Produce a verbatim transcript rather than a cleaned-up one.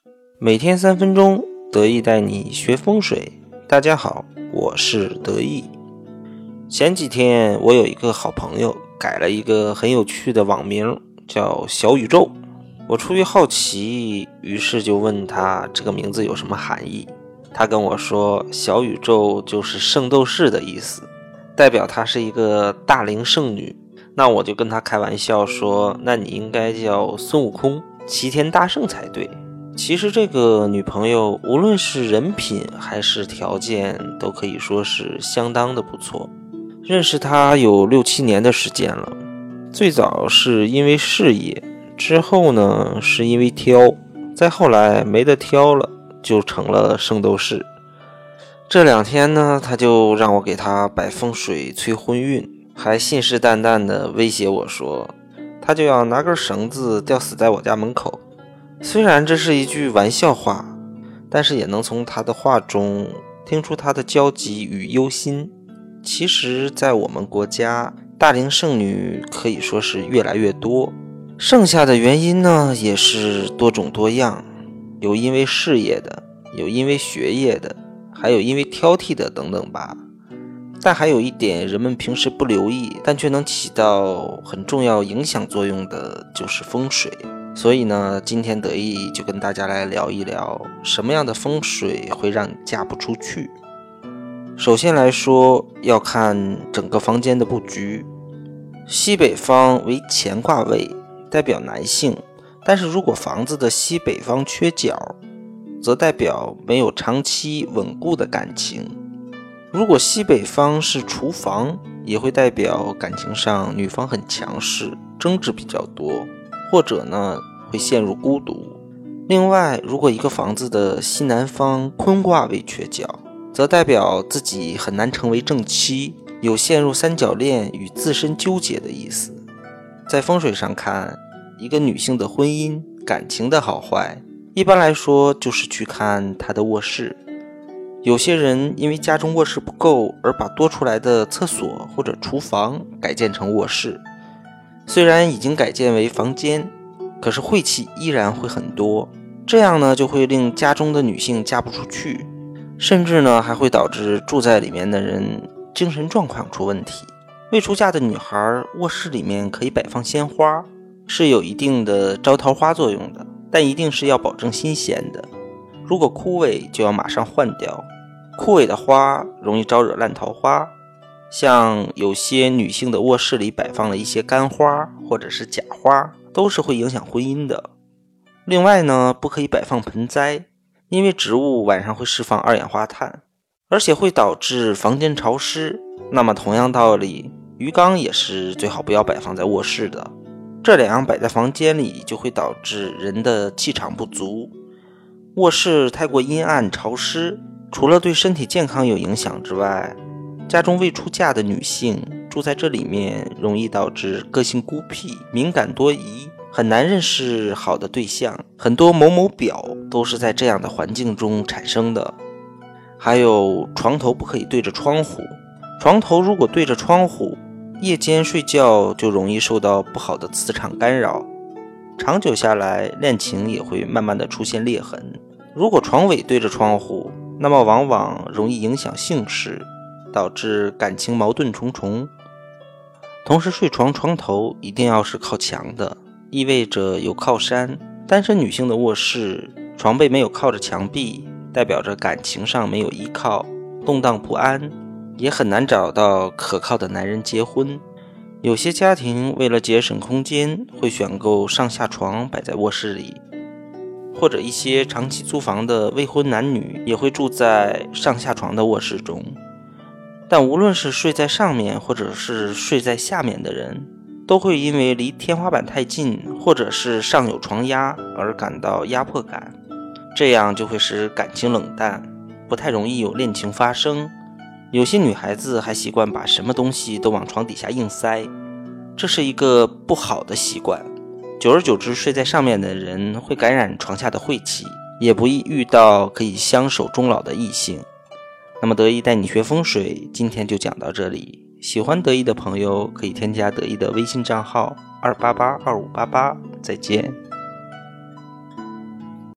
每天三分钟，得意带你学风水。大家好，我是得意。前几天我有一个好朋友改了一个很有趣的网名，叫小宇宙。我出于好奇，于是就问他这个名字有什么含义。他跟我说，小宇宙就是圣斗士的意思，代表她是一个大龄剩女。那我就跟他开玩笑说，那你应该叫孙悟空、齐天大圣才对。其实这个女朋友无论是人品还是条件都可以说是相当的不错，认识她有六七年的时间了。最早是因为事业，之后呢是因为挑，再后来没得挑了，就成了圣斗士。这两天呢，他就让我给他摆风水催婚运，还信誓旦旦地威胁我说，他就要拿根绳子吊死在我家门口。虽然这是一句玩笑话，但是也能从他的话中听出他的焦急与忧心。其实在我们国家，大龄剩女可以说是越来越多，剩下的原因呢也是多种多样，有因为事业的，有因为学业的，还有因为挑剔的等等吧。但还有一点人们平时不留意，但却能起到很重要影响作用的，就是风水。所以呢，今天得意就跟大家来聊一聊，什么样的风水会让你嫁不出去。首先来说，要看整个房间的布局。西北方为乾卦位，代表男性，但是如果房子的西北方缺角，则代表没有长期稳固的感情。如果西北方是厨房，也会代表感情上女方很强势，争执比较多，或者呢会陷入孤独。另外，如果一个房子的西南方坤卦位缺角，则代表自己很难成为正妻，有陷入三角恋与自身纠结的意思。在风水上看，一个女性的婚姻感情的好坏，一般来说就是去看她的卧室。有些人因为家中卧室不够，而把多出来的厕所或者厨房改建成卧室，虽然已经改建为房间，可是晦气依然会很多，这样呢就会令家中的女性嫁不出去，甚至呢还会导致住在里面的人精神状况出问题。未出嫁的女孩卧室里面可以摆放鲜花，是有一定的招桃花作用的，但一定是要保证新鲜的，如果枯萎就要马上换掉。枯萎的花容易招惹烂桃花，像有些女性的卧室里摆放了一些干花或者是假花，都是会影响婚姻的。另外呢，不可以摆放盆栽，因为植物晚上会释放二氧化碳，而且会导致房间潮湿。那么同样道理，鱼缸也是最好不要摆放在卧室的，这两样摆在房间里就会导致人的气场不足。卧室太过阴暗潮湿，除了对身体健康有影响之外，家中未出嫁的女性住在这里面，容易导致个性孤僻、敏感多疑，很难认识好的对象。很多某某表都是在这样的环境中产生的。还有，床头不可以对着窗户，床头如果对着窗户，夜间睡觉就容易受到不好的磁场干扰，长久下来恋情也会慢慢的出现裂痕。如果床尾对着窗户，那么往往容易影响性事，导致感情矛盾重重。同时睡床床头一定要是靠墙的，意味着有靠山。单身女性的卧室床背没有靠着墙壁，代表着感情上没有依靠，动荡不安，也很难找到可靠的男人结婚。有些家庭为了节省空间，会选购上下床摆在卧室里，或者一些长期租房的未婚男女也会住在上下床的卧室中。但无论是睡在上面或者是睡在下面的人，都会因为离天花板太近，或者是上有床压而感到压迫感，这样就会使感情冷淡，不太容易有恋情发生。有些女孩子还习惯把什么东西都往床底下硬塞，这是一个不好的习惯。久而久之，睡在上面的人会感染床下的晦气，也不易遇到可以相守终老的异性。那么得意带你学风水，今天就讲到这里。喜欢得意的朋友可以添加得意的微信账号二八八二五八八，再见。